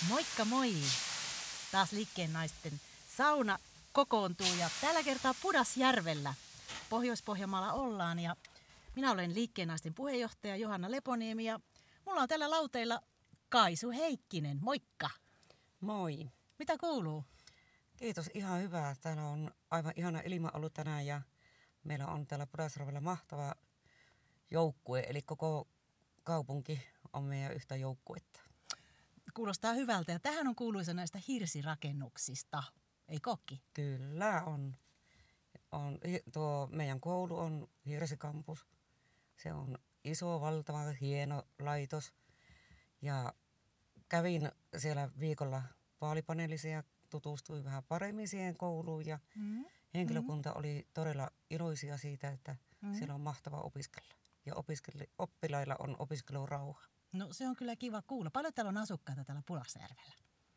Moikka moi! Taas Liikkeen naisten sauna kokoontuu ja tällä kertaa Pudasjärvellä. Pohjois-Pohjanmaalla ollaan ja minä olen Liikkeen naisten puheenjohtaja Johanna Leponiemi ja mulla on tällä lauteilla Kaisu Heikkinen. Moikka! Moi! Mitä kuuluu? Kiitos, ihan hyvää. Täällä on aivan ihana ilma ollut tänään ja meillä on täällä Pudasjärvellä mahtava joukkue, eli koko kaupunki on meidän yhtä joukkuetta. Kuulostaa hyvältä ja tähän on kuuluisa näistä hirsirakennuksista, ei kokki? Kyllä on. Tuo meidän koulu on Hirsikampus. Se on iso, valtava, hieno laitos. Ja kävin siellä viikolla vaalipaneelissa ja tutustuin vähän paremmin siihen kouluun. Ja henkilökunta oli todella iloisia siitä, että siellä on mahtava opiskella. Ja oppilailla on opiskelurauha. No se on kyllä kiva kuulla. Paljon täällä on asukkaita täällä Pudasjärvellä?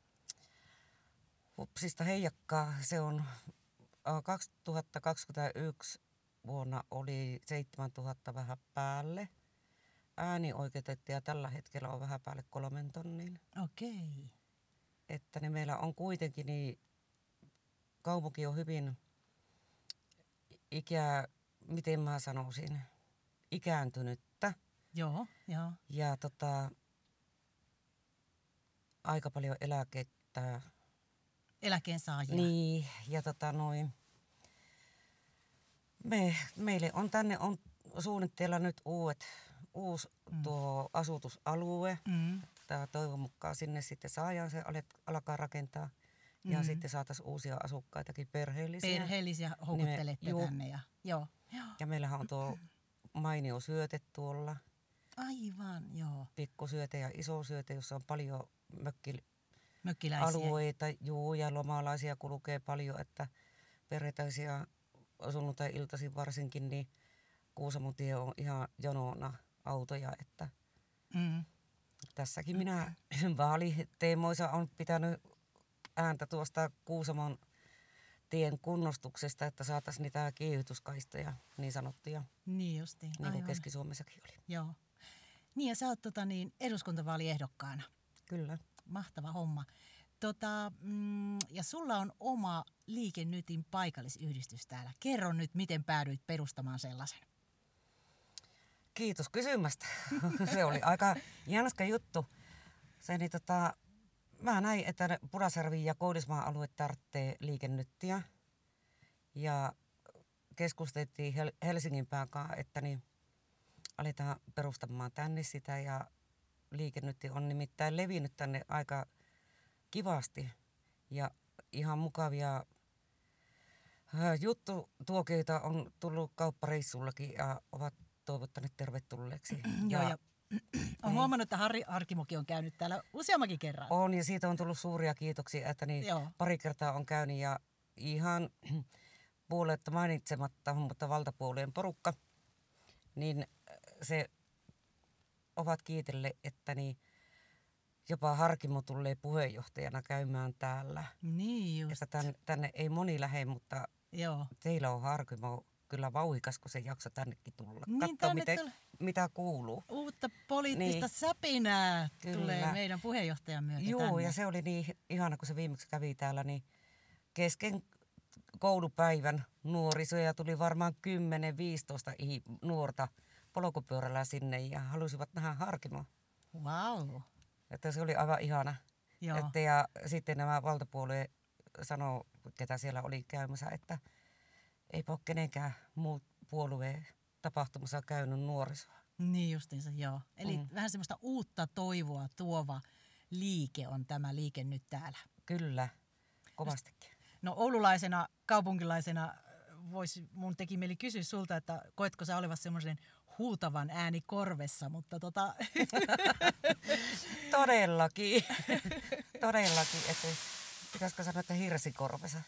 Hupsista heijakkaa. Se on 2021 vuonna oli 7000 vähän päälle. Äänioikeutettuja tällä hetkellä on vähän päälle 3 tonnin. Okei. Että ne meillä on kuitenkin, niin kaupunki on hyvin miten mä sanoisin, ikääntynyttä. Joo. Ja aika paljon eläkettä. Eläkkeensaajia. Niin, ja meille on tänne on suunnitteilla nyt uusi tuo asutusalue. Tämä toivon mukaan sinne sitten saadaan se alkaa rakentaa. Ja sitten saataisiin uusia asukkaitakin, perheellisiä. Perheellisiä houkuttelette tänne. Joo. Ja meillähän on tuo mainio syöte tuolla. Aivan, joo. Pikkusyöte ja iso syöte, jossa on paljon mökkiläisiä. Alueita, ja lomalaisia kulkee paljon, että perhetäisiä sunnuntai-iltaisin varsinkin, niin Kuusamotie on ihan jonona autoja, että tässäkin minä vaaliteemoissa on pitänyt ääntä tuosta Kuusamon tien kunnostuksesta, että saataisiin niitä kiihytyskaistoja niin sanottuja. Niin justiin, niin kuin Keski-Suomessakin oli. Joo. Niin ja sä oot eduskuntavaaliehdokkaana. Kyllä. Mahtava homma. Ja sulla on oma Liike Nytin paikallisyhdistys täällä. Kerro nyt, miten päädyit perustamaan sellaisen. Kiitos kysymästä. Se oli aika jänskä juttu. Mä näin, että Pudasjärvi ja Koudismaan alue tarvitsee Liike Nyttiä. Ja keskusteltiin Helsingin pääkaan, että niin aletaan perustamaan tänne sitä. Ja Liike Nytti on nimittäin levinnyt tänne aika kivasti. Ja ihan mukavia juttutuokioita on tullut kauppareissullakin ja ovat toivottaneet tervetulleeksi. Joo, ja olen huomannut, että Harri Harkimokin on käynyt täällä useammankin kerran. On, ja siitä on tullut suuria kiitoksia, että pari kertaa on käynyt ja ihan puolueetta mainitsematta, mutta valtapuolueen porukka, niin se ovat kiitelleet, että jopa Harkimo tulee puheenjohtajana käymään täällä. Niin just. Että tänne ei moni lähde, mutta joo. Teillä on Harkimo kyllä vauhikas, kun se jakso tännekin tulla. Niin, katso, mitä kuuluu. Uutta poliittista säpinää tulee meidän puheenjohtajan myötä tänne. Ja se oli niin ihana, kun se viimeksi kävi täällä, niin kesken koulupäivän nuorisoja tuli varmaan 10-15 nuorta polkupyörällä sinne ja halusivat nähdä Harkimoa. Wow. Että se oli aivan ihana. Ja sitten nämä valtapuolueet sanoo, ketä siellä oli käymässä, että eipä ole kenenkään muut puolueen tapahtumassa käynyt nuorisoa. Niin justiinsa, joo. Eli vähän semmoista uutta toivoa tuova liike on tämä Liike Nyt täällä. Kyllä, kovastikin. No oululaisena, kaupunkilaisena mun teki mieli kysyä sulta, että koetko sä olevasi semmoisen huutavan ääni korvessa, mutta Todellakin, että pitäisikö sanoa, että hirsikorvessa.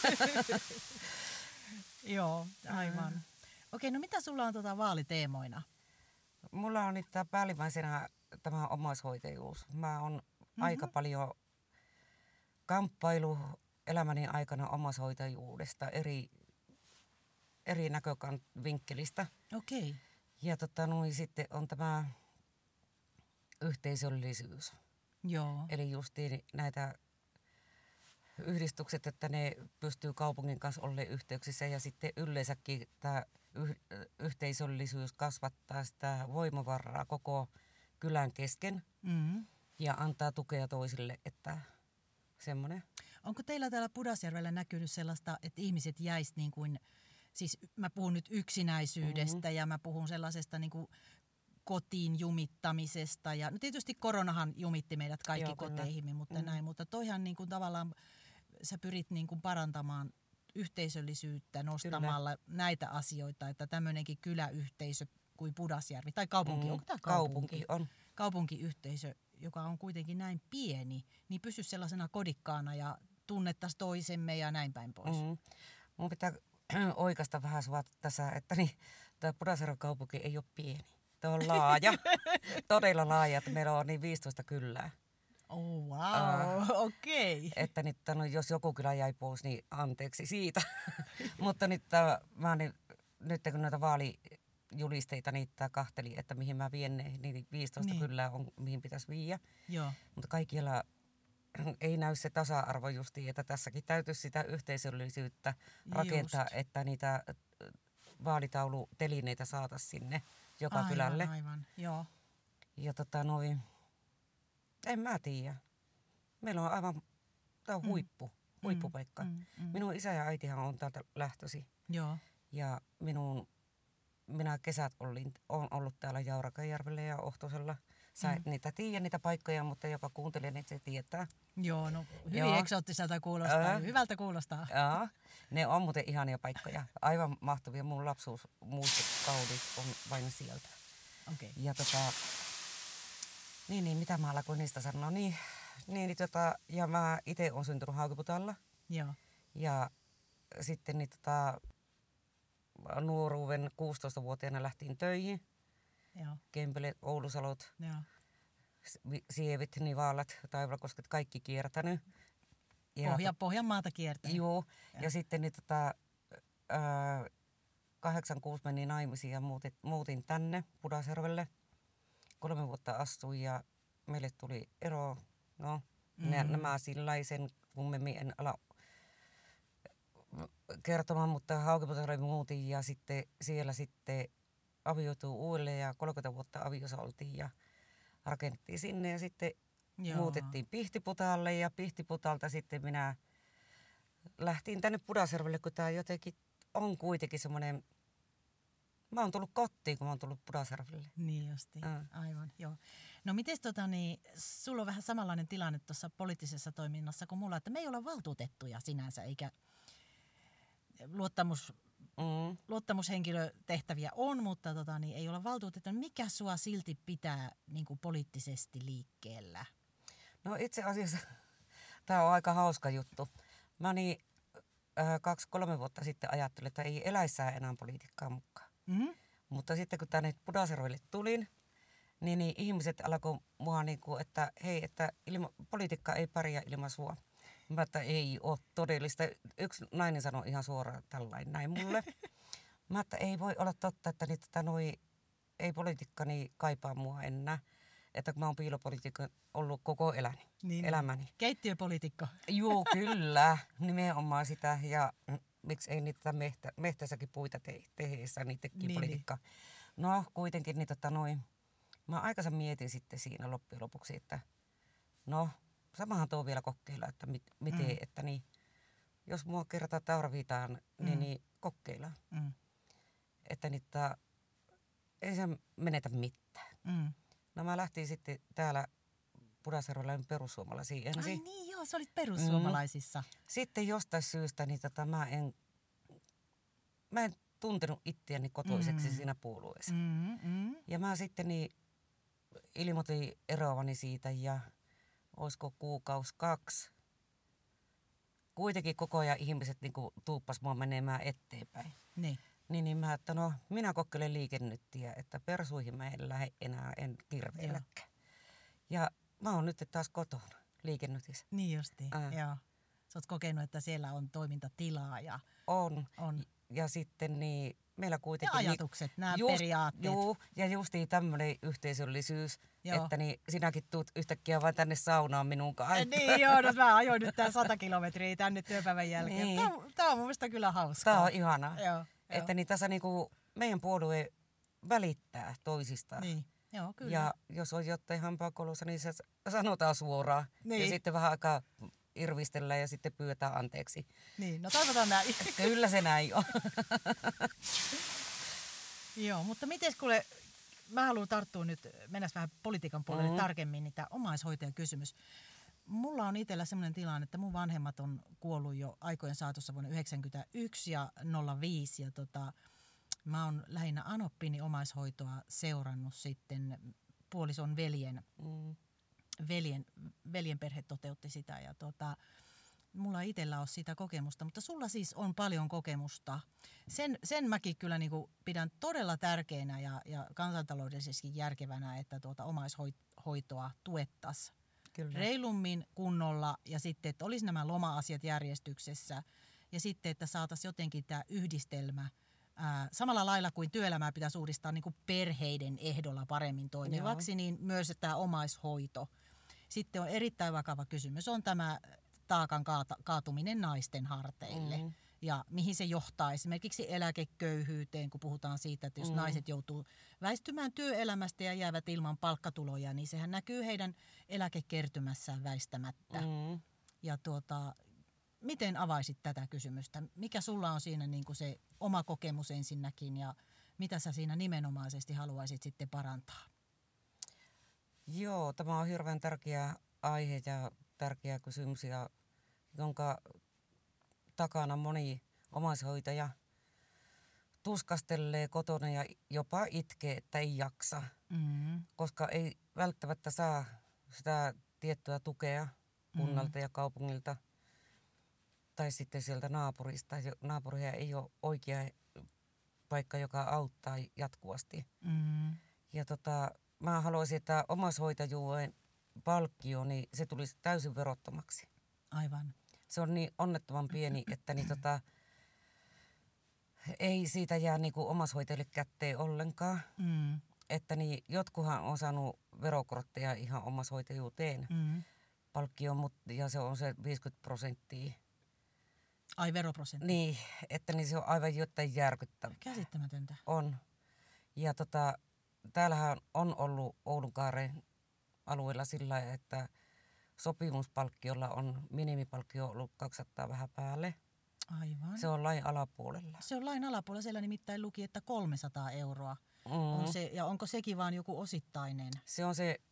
Joo, aivan. Okei, no mitä sulla on vaaliteemoina? Mulla on nyt päällimmäisenä tämä omaishoitajuus. Mä oon aika paljon kamppailu elämäni aikana omaishoitajuudesta eri näkövinkkelistä. Okei. Ja sitten on tämä yhteisöllisyys. Joo. Eli justiin näitä yhdistykset, että ne pystyy kaupungin kanssa olemaan yhteyksissä ja sitten yleensäkin tämä yhteisöllisyys kasvattaa sitä voimavaraa koko kylän kesken ja antaa tukea toisille, että semmoinen. Onko teillä täällä Pudasjärvellä näkynyt sellaista, että ihmiset jäis niin kuin, siis mä puhun nyt yksinäisyydestä ja mä puhun sellaisesta niin kuin kotiin jumittamisesta ja no tietysti koronahan jumitti meidät kaikki koteihimme, mutta näin, mutta toihan niin kuin tavallaan sä pyrit niin kuin parantamaan yhteisöllisyyttä nostamalla näitä asioita, että tämmöinenkin kyläyhteisö kuin Pudasjärvi tai kaupunki, onko tämä kaupunki? On. Kaupunkiyhteisö, joka on kuitenkin näin pieni, niin pysy sellaisena kodikkaana ja tunnettaisiin toisemme ja näin päin pois. Mun pitää oikaista vähän sua tässä, että niin, tämä Pudasjärven kaupunki ei ole pieni. Tämä on laaja, todella laaja, että meillä on niin 15 kylää. Oh wow, okei. Että nyt, no, jos joku kylä jäi pois, niin anteeksi siitä. Mutta nyt, nyt kun näitä vaalijulisteita niitä kahteli, että mihin mä vien ne, niin 15 kylää on, mihin pitäisi viiä. Joo. Mutta kaikilla ei näy se tasa-arvo justiin, että tässäkin täytyisi sitä yhteisöllisyyttä rakentaa, että niitä vaalitaulutelineitä saataisiin sinne joka kylälle. Aivan, joo. Ja en mä tiedä. Meillä on aivan, tää on huippupaikka. Minun isä ja äitihän on täältä lähtösi. Joo. Ja minä kesät olen ollut täällä Jaurakajärvellä ja Ohtosella. Sä et niitä tiedä, niitä paikkoja, mutta joka kuuntelee, niin se tietää. Joo, no hyvin eksoottiselta kuulostaa, hyvältä kuulostaa. Joo, ne on muuten ihania paikkoja. Aivan mahtavia. Mun lapsuusmuistikaudit on vain sieltä. Okay. Ja niin, mitä mä alkoin niistä sanoa. Ja mä itse olen syntynyt Haukiputaalla. Joo. Ja sitten nuoruuden 16-vuotiaana lähtiin töihin. Joo. Kempelet, Oulusalot, Joo. Sievit, Nivalat, Taivalkosket, kaikki kiertänyt. Pohjanmaata kiertänyt. Joo. Ja sitten 86 meni naimisiin ja muutin tänne Pudasjärvelle. 3 vuotta astuin ja meille tuli ero. No, nämä sillaisen kummemmin en ala kertomaan, mutta Haukiputalle muutin ja sitten siellä avioitui uudelleen ja 30 vuotta aviossa oltiin ja rakennettiin sinne ja sitten muutettiin Pihtiputaalle ja Pihtiputalta sitten minä lähtiin tänne Pudasjärvelle, kun tämä jotenkin on kuitenkin semmoinen, mä oon tullut kotiin, kun mä oon tullut Pudasjärvelle. Niin justiin, aivan, joo. No mites sulla on vähän samanlainen tilanne tuossa poliittisessa toiminnassa kuin mulla, että me ei olla valtuutettuja sinänsä, eikä luottamushenkilötehtäviä on, mutta ei olla valtuutettu. Mikä sua silti pitää niin kuin poliittisesti liikkeellä? No itse asiassa tämä on aika hauska juttu. Mä 2-3 vuotta sitten ajattelin, että ei eläissään enää politiikkaa mukaan. Mutta sitten kun tänne Pudasjärvelle tulin, niin ihmiset alkoi mua että hei, että politiikka ei pärjää ilman sua. Mä että ei ole todellista. Yksi nainen sanoi ihan suoraan tällainen näin mulle. Mä että ei voi olla totta, että ei politiikkani kaipaa mua enää. Että kun mä oon piilopolitiikka ollut koko elämäni. Keittiöpolitiikko. Joo, kyllä. Nimenomaan sitä. Ja miksi ei niitä mehtässäkin puita tehdessä, niin teki politiikkaa. No kuitenkin mä aikaisemmin mietin sitten siinä loppujen lopuksi, että samahan tuo vielä kokeilla, että miten, että jos mua kertaa tarvitaan, niin kokeillaan. Että ei se menetä mitään. No mä lähtin sitten täällä Pudasjärvellä perussuomalaisiin ensin. Ai niin joo, sä olit perussuomalaisissa. Sitten jostain syystä mä en tuntenut itseäni kotoiseksi siinä puolueessa. Ja mä sitten ilmoitin eroavani siitä ja olisiko 1-2. Kuitenkin koko ajan ihmiset tuuppas mua menemään eteenpäin. Niin mä, että minä kokeilen liikennettiä, että persuihin mä en lähde enää, en kirveelläkään. Ja mä oon nyt taas kotona liikennetissä. Niin justiin, joo. Sä oot kokenut, että siellä on toimintatilaa ja... On. Ja sitten meillä Ja kuitenkin... ajatukset, nämä periaatteet. Juu, ja justiin tämmöinen yhteisöllisyys, Joo. että niin sinäkin tuut yhtäkkiä vaan tänne saunaan minun kanssa. Niin joo, no mä ajoin nyt tää 100 kilometriä tänne työpäivän jälkeen. Niin. Tää on mun mielestä kyllä hauskaa. Tämä on ihanaa. Joo, Että niin tässä niinku meidän puolue välittää toisistaan. Niin, joo, kyllä. Ja jos on jotain hampaakolossa, niin se sanotaan suoraan. Niin. Ja sitten vähän aikaa irvistellään ja sitten pyydetään anteeksi. Niin, no toivotaan näin. Kyllä se näin on. Joo, mutta miten kuule, mä haluan tarttua nyt, mennään vähän politiikan puolelle tarkemmin, niin tämä omaishoitajakysymys. Mulla on itsellä sellainen tilanne, että mun vanhemmat on kuollut jo aikojen saatossa vuonna 1991 ja 05 ja mä oon lähinnä anoppini omaishoitoa seurannut sitten puolison veljen perhe toteutti sitä ja mulla itsellä ole sitä kokemusta, mutta sulla siis on paljon kokemusta. Sen mäkin kyllä niinku pidän todella tärkeänä ja kansantaloudellisesti järkevänä, että omaishoitoa tuettaisiin reilummin kunnolla ja sitten, että olisi nämä loma-asiat järjestyksessä ja sitten, että saataisiin jotenkin tämä yhdistelmä samalla lailla kuin työelämää pitäisi uudistaa niin kuin perheiden ehdolla paremmin toimivaksi, niin myös tämä omaishoito. Sitten on erittäin vakava kysymys, on tämä taakan kaatuminen naisten harteille ja mihin se johtaa esimerkiksi eläkeköyhyyteen, kun puhutaan siitä, että jos naiset joutuu väistymään työelämästä ja jäävät ilman palkkatuloja, niin sehän näkyy heidän eläkekertymässään väistämättä. Ja miten avaisit tätä kysymystä? Mikä sulla on siinä niin kuin se oma kokemus ensinnäkin ja mitä sä siinä nimenomaisesti haluaisit sitten parantaa? Joo, tämä on hirveän tärkeä aihe ja tärkeä kysymys, ja jonka takana moni omaishoitaja tuskastelee kotona ja jopa itkee, että ei jaksa, koska ei välttämättä saa sitä tiettyä tukea kunnalta ja kaupungilta tai sitten sieltä naapurista. Naapuria ei ole oikea paikka, joka auttaa jatkuvasti. Ja mä haluaisin, että omaishoitajuuden palkkio, niin se tulisi täysin verottomaksi. Aivan. Se on niin onnettoman pieni, että niin ei siitä jää niinku omaishoitajille kätteen ollenkaan. Että niin jotkuhan on saanut verokortteja ihan omaishoitajuuteen palkkioon, ja se on se 50%. Ai veroprosentti? Niin, että niin se on aivan jotain järkyttävää. Käsittämätöntä. On. Ja täällähän on ollut Oulunkaaren alueella sillä lailla, että sopimuspalkkiolla on minimipalkkio ollut 200 vähän päälle. Aivan. Se on lain alapuolella. Se on lain alapuolella. Siellä nimittäin luki, että 300 euroa on se. Ja onko sekin vaan joku osittainen? Se on se,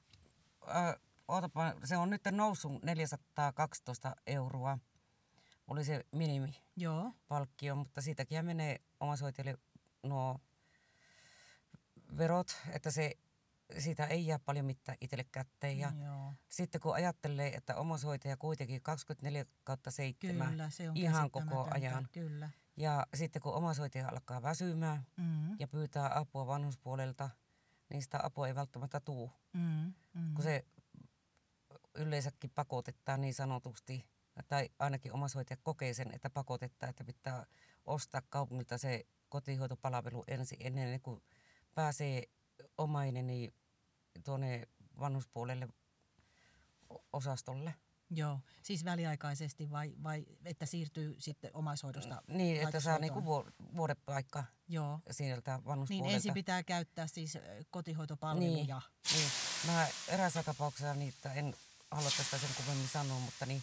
se on nyt noussut 412 euroa. Oli se minimipalkkio, mutta siitäkin menee omaishoitajalle nuo verot, että siitä ei jää paljon mitään itselle kätteen. Ja sitten kun ajattelee, että omaishoitaja kuitenkin 24/7 kyllä, se on ihan koko ajan. Kyllä. Ja sitten kun omaishoitaja alkaa väsymään ja pyytää apua vanhuspuolelta, niin sitä apua ei välttämättä tule. Kun se yleensäkin pakotetaan niin sanotusti, tai ainakin omaishoitaja kokee sen, että pakotetaan, että pitää ostaa kaupungilta se kotihoitopalvelu ensin ennen kuin pääsee omainen niin tuonne vanhuspuolelle osastolle. Joo, siis väliaikaisesti vai että siirtyy sitten omaishoidosta niin, että saa niinku vuodepaikka sieltä vanhuspuolelta. Niin ensin pitää käyttää siis kotihoitopalveluja. Niin. Mä eräässä tapauksessa niitä en halua tästä sen kummemmin sanoa, mutta niin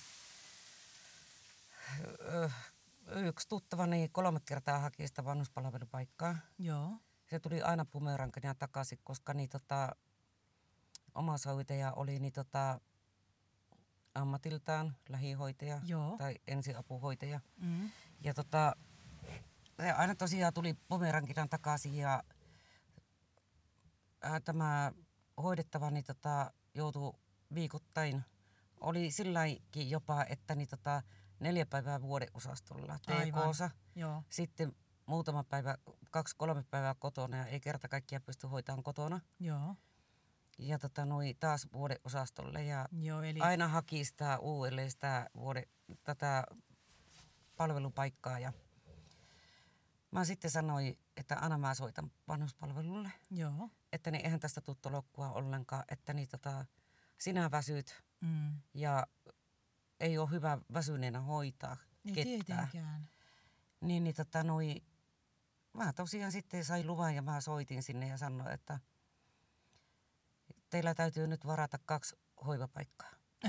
yksi tuttava niin 3 kertaa haki sitä vanhuspalvelupaikkaa. Joo. Se tuli aina bumerangina takaisin, koska niin omaishoitaja oli niin ammatiltaan lähihoitaja tai ensiapuhoitaja. Ja se aina tosiaan tuli bumerangina takaisin ja tämä hoidettava niin joutui viikoittain. Oli silläkin jopa, että niin 4 päivää vuodeosastolla TK:ssa. Sitten muutama päivä, 2-3 päivää kotona ja ei kerta kaikkiaan pysty hoitamaan kotona. Joo. Ja taas vuodeosastolle ja eli aina haki sitä uudelleen sitä tätä palvelupaikkaa. Ja mä sitten sanoin, että Anna mä soitan vanhuspalvelulle. Joo. Että niin eihän tästä tule loppua ollenkaan, että niin sinä väsyt ja ei ole hyvä väsyneenä hoitaa Ei ketään. tietenkään. Niin mä tosiaan sitten sain luvan ja mä soitin sinne ja sanoin, että teillä täytyy nyt varata 2 hoivapaikkaa.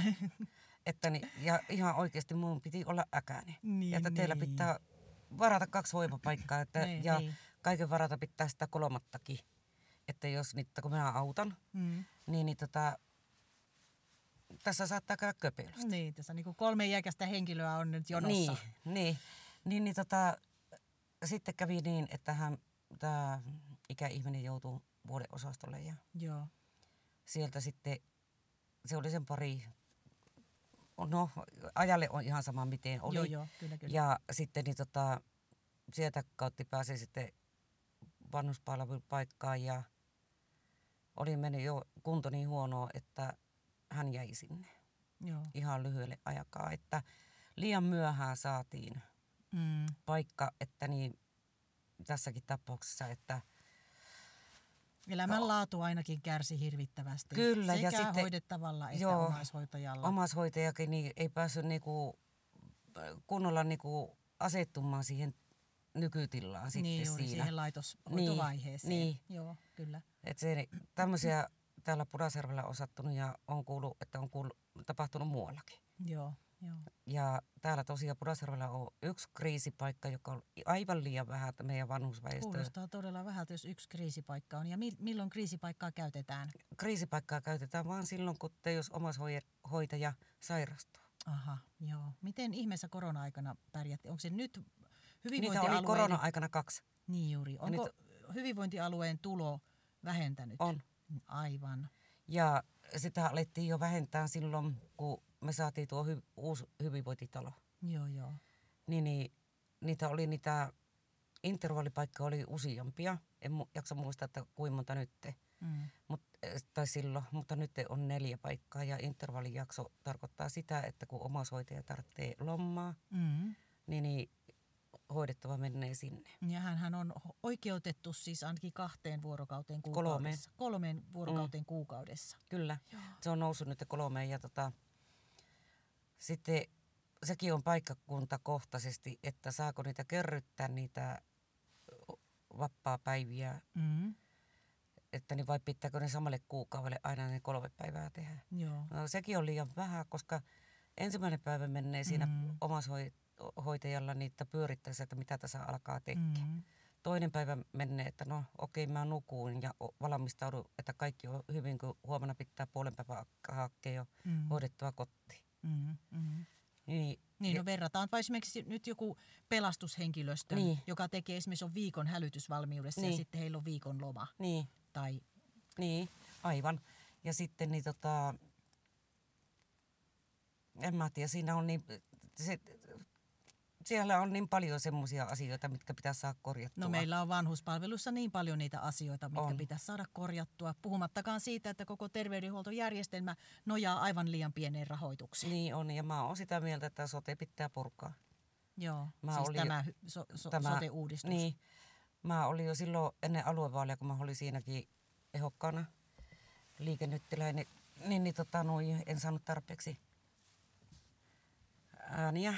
Ja ihan oikeasti mun piti olla äkäinen. Niin, että teillä pitää varata 2 hoivapaikkaa ja kaiken varata pitää sitä 3. Että jos niitä, kun mä autan, niin tässä saattaa käydä köpeilystä. Niin, tässä niinku 3 iäkästä henkilöä on nyt jonossa. Niin, sitten kävi niin, että tämä ikäihminen joutui vuodeosastolle ja Joo. sieltä sitten, se oli sen pari, no ajalle on ihan sama miten oli. Joo, kyllä. Ja sitten sieltä kautta pääsi sitten vanhuspalvelupaikkaan ja oli mennyt jo kunto niin huonoa, että hän jäi sinne. Joo. Ihan lyhyelle aikaa, että liian myöhään saatiin paikka, että niin tässäkin tapauksessa, että elämänlaatu ainakin kärsi hirvittävästi. Kyllä, sekä ja sitten hoidettavalla että omaishoitajalla. Omaishoitajakin niin ei päässyt kunnolla asettumaan siihen nykytilaan sitten niin, juuri siinä. siihen laitoshoitovaiheeseen. Niin. Joo, kyllä. Että tämmöisiä täällä Pudasjärvellä on sattunut ja on kuullut, että on tapahtunut muuallakin. Joo. Ja täällä tosiaan Pudasjärvellä on 1 kriisipaikka, joka on aivan liian vähän meidän vanhusväestöä. Kuulostaa todella vähältä, jos 1 kriisipaikka on. Ja milloin kriisipaikkaa käytetään? Kriisipaikkaa käytetään vaan silloin, jos omaishoitaja sairastuu. Aha, joo. Miten ihmeessä korona-aikana pärjätte? Onko se nyt Niitä oli korona-aikana 2. Niin juuri. Onko hyvinvointialueen tulo vähentänyt? On. Aivan. Ja sitä alettiin jo vähentää silloin, kun me saatiin tuo uusi hyvinvointitalo. Joo. Niin niitä intervallipaikkoja oli useampia. En jaksa muistaa, että kuinka monta nyt. Tai silloin, mutta nyt on 4 paikkaa ja intervallijakso tarkoittaa sitä, että kun omaishoitaja tarvitsee lomaa, niin hoidettava menee sinne. Ja hän on oikeutettu siis ainakin 2 vuorokauteen kuukaudessa. 3 vuorokauteen kuukaudessa. Kyllä, joo. Se on noussut nyt 3 ja sitten sekin on paikkakuntakohtaisesti, että saako niitä kerryttää niitä vapaapäiviä, että niin vai pitääkö ne samalle kuukaudelle aina ne 3 päivää tehdä. Joo. No, sekin on liian vähän, koska ensimmäinen päivä menee siinä omaishoitajalla niitä pyörittäessä, että mitä tässä alkaa tekemään. Toinen päivä menee, että no okei, mä nukuun ja valmistaudun, että kaikki on hyvin, kun huomenna pitää puolen päivän hakea jo hoidettua kotiin. Niin, no verrataan esimerkiksi nyt joku pelastushenkilöstö, joka tekee esimerkiksi on viikon hälytysvalmiudessa ja sitten heillä on viikon loma. Niin, aivan. Ja sitten en mä tiedä, siinä on siellä on niin paljon semmoisia asioita, mitkä pitäisi saada korjattua. No meillä on vanhuspalvelussa niin paljon niitä asioita, mitkä pitäisi saada korjattua. Puhumattakaan siitä, että koko terveydenhuoltojärjestelmä nojaa aivan liian pieneen rahoitukseen. Niin on, ja mä oon sitä mieltä, että sote pitää purkaa. Joo, tämä sote-uudistus. Niin, mä olin jo silloin ennen aluevaaleja, kun mä olin siinäkin ehokkaana liikennyttiläinen, en saanut tarpeeksi ääniä,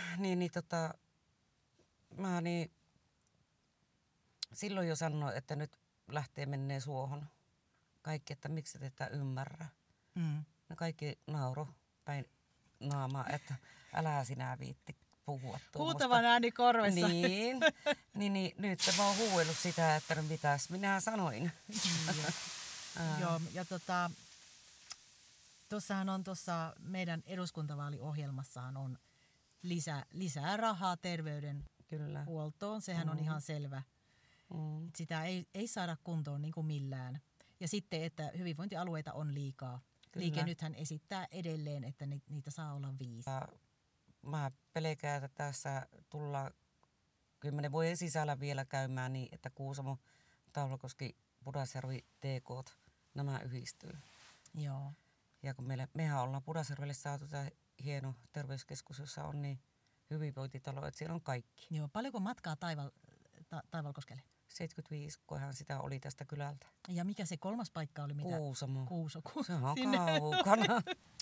mä silloin jo sanoin, että nyt lähtee menee suohon. Kaikki, että miksi tätä ymmärrä. Ne kaikki nauro päin naamaa, että älä sinä viitti puhua tuommoista. Huutavan ääni korvessa. Niin, nyt mä oon huuellut sitä, että no mitäs minä sanoin. Joo, ja tuossahan on meidän eduskuntavaaliohjelmassahan on lisää rahaa terveydenhuoltoon. Sehän on ihan selvä. Sitä ei saada kuntoon niin kuin millään. Ja sitten, että hyvinvointialueita on liikaa. Kyllä. Liike Nythän esittää edelleen, että niitä saa olla 5. Mä pelkään, että tässä tullaan 10 vuoden sisällä vielä käymään niin, että Kuusamo, Taulokoski, Pudasjärvi, TK, nämä yhdistyy. Joo. Ja kun mehän ollaan Pudasjärvelle saatu tämä hieno terveyskeskus, jossa on niin hyvinvointitalo, että siellä on kaikki. Joo, paljonko matkaa Taivalkoskelle? 75, kunhan sitä oli tästä kylältä. Ja mikä se 3. paikka oli? Mitä? Kuusamo. Kuuso. Se on Sinne. kaukana.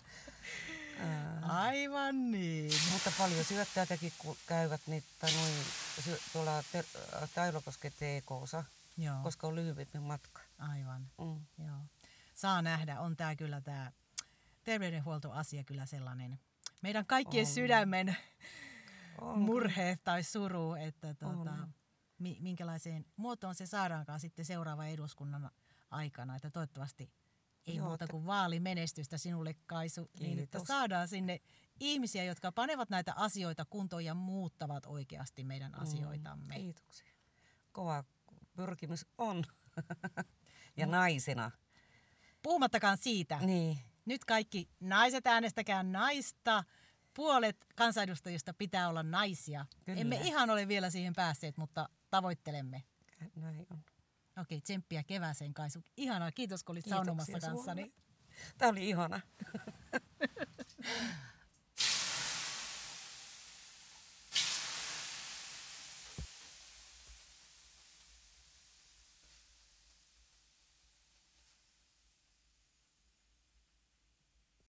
Aivan niin. Mutta paljon syöttäjätäkin, kun käyvät niitä tuolla Tailokosken TK:ssa, Joo, koska on lyhyempi matka. aivan. Joo. Saa nähdä, on tää kyllä tää terveydenhuoltoasia kyllä sellainen meidän kaikkien sydämen murhe tai suru, että minkälaiseen muotoon se saadaankaan sitten seuraavan eduskunnan aikana, että toivottavasti ei muuta kuin vaalimenestystä sinulle, Kaisu, niin että saadaan sinne ihmisiä, jotka panevat näitä asioita kuntoon ja muuttavat oikeasti meidän asioitamme. Kiitoksia. Kova pyrkimys on. Ja naisena. Puhumattakaan siitä. Niin. Nyt kaikki naiset, äänestäkää naista. Puolet kansanedustajista pitää olla naisia. Kyllä. Emme ihan ole vielä siihen päässeet, mutta tavoittelemme. Näin on. Okei, tsemppiä kevääseen, Kaisu. Ihanaa, kiitos kun olit Kiitoksia saunomassa kanssani. Tämä oli ihana.